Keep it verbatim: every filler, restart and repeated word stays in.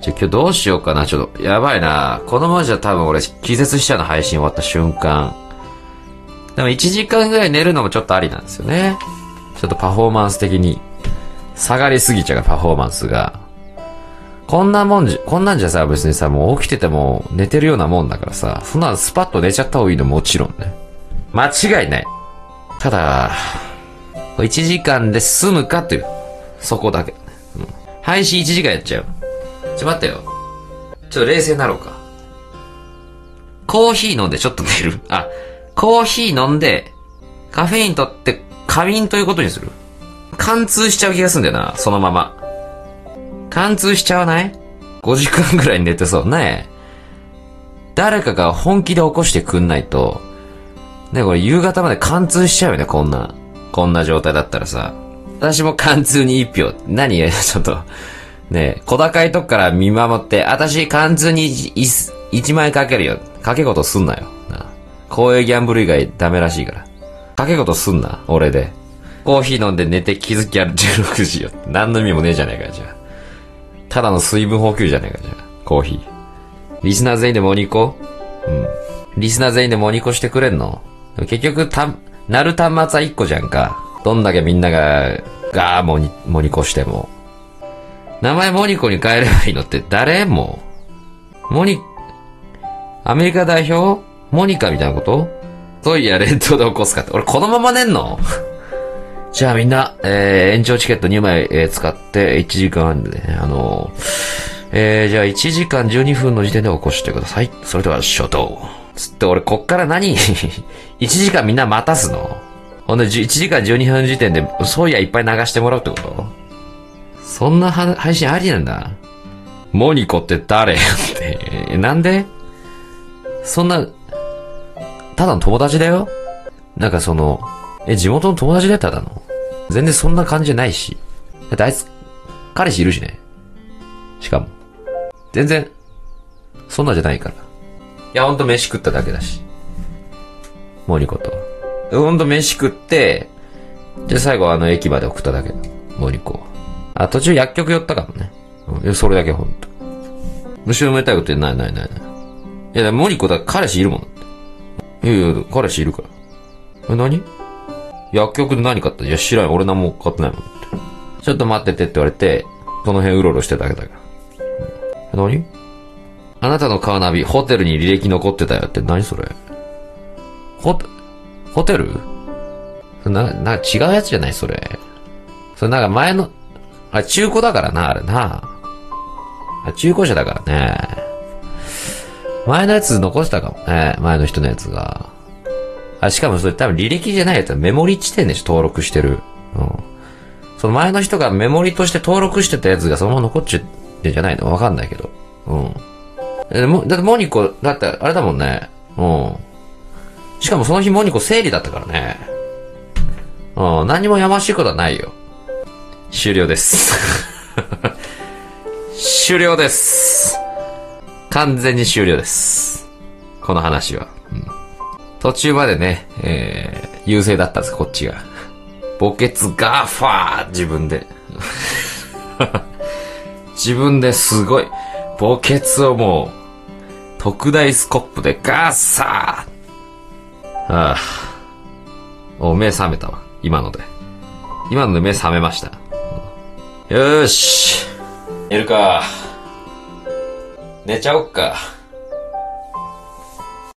じゃ、今日どうしようかな。ちょっと、やばいな。このままじゃ多分俺、気絶しちゃうの、配信終わった瞬間。でもいちじかんぐらい寝るのもちょっとありなんですよね。ちょっとパフォーマンス的に、下がりすぎちゃうパフォーマンスが。こんなもんじゃ、こんなんじゃさ、別にさ、もう起きてても寝てるようなもんだからさ、そんなスパッと寝ちゃった方がいいのもちろんね。間違いない。ただ、いちじかんで済むかという、そこだけ。うん、配信いちじかんやっちゃう。ちょ、待ってよ。ちょっと冷静になろうか。コーヒー飲んでちょっと寝る。あ、コーヒー飲んで、カフェイン取って仮眠ということにする。貫通しちゃう気がするんだよな、そのまま。貫通しちゃわない ?ご 時間ぐらい寝てそうね。誰かが本気で起こしてくんないと、ね、これ夕方まで貫通しちゃうよね、こんな。こんな状態だったらさ。私も貫通に一票。何ちょっと。ね小高いとこから見守って、私貫通にいちまん円かけるよ。かけ事すんなよ。な公営ギャンブル以外ダメらしいから。かけ事すんな、俺で。コーヒー飲んで寝て気づきあるじゅうろくじよ。何の意味もねえじゃねえか、じゃあ。ただの水分補給じゃねえか、じゃあ。コーヒー。リスナー全員でモニコうん。リスナー全員でモニコしてくれんの結局、た、なる端末はいっこじゃんか。どんだけみんなが、ガーモニ、モニコしても。名前モニコに変えればいいのって誰もう。モニ、アメリカ代表モニカみたいなことトイヤレッドで起こすかって。俺このまま寝んのじゃあみんな、えー、延長チケットにまい、えー、使っていちじかんでね、あのー、えー、じゃあいちじかんじゅうにふんの時点で起こしてください。それでは初動。つって俺こっから何いちじかんみんな待たすのほんでいちじかんじゅうにふん時点でそういやいっぱい流してもらうってことそんな配信ありなんだ。モニコって誰って。なんでそんな、ただの友達だよなんかその、え、地元の友達だっただの全然そんな感じじゃないし。だってあいつ、彼氏いるしね。しかも。全然、そんなじゃないから。いや、ほんと飯食っただけだし。モニコと。ほんと飯食って、じゃあ最後あの駅まで送っただけだ。モニコ。あ、途中薬局寄ったかもね。うん、それだけほんと。後ろめたいこと言うないないないない。いや、モニコだから彼氏いるもんって。いやいや、彼氏いるから。え、何薬局で何買った？いや、知らん。俺何も買ってないもんって。ちょっと待っててって言われて、その辺うろうろしてただけだから。え、何？あなたのカーナビ、ホテルに履歴残ってたよって、何それ？ホ、ホテル？な、な、違うやつじゃないそれ。それなんか前の、あれ中古だからな、あれな。あ中古車だからね。前のやつ残してたかもね。前の人のやつが。あ、しかもそれ多分履歴じゃないやつメモリ地点でしょ、登録してる。うん。その前の人がメモリとして登録してたやつがそのまま残っちゃってんじゃないのわかんないけど。うん。え、も、だってモニコ、だってあれだもんね。うん。しかもその日モニコ生理だったからね。うん。何もやましいことはないよ。終了です。終了です。完全に終了です。この話は。うん、途中までね、えー、優勢だったんです、こっちが。墓穴ガーファー自分で。自分ですごい。墓穴をもう、特大スコップでガーサーああ。お、目覚めたわ。今ので。今ので目覚めました。よーし。寝るか。寝ちゃおっか。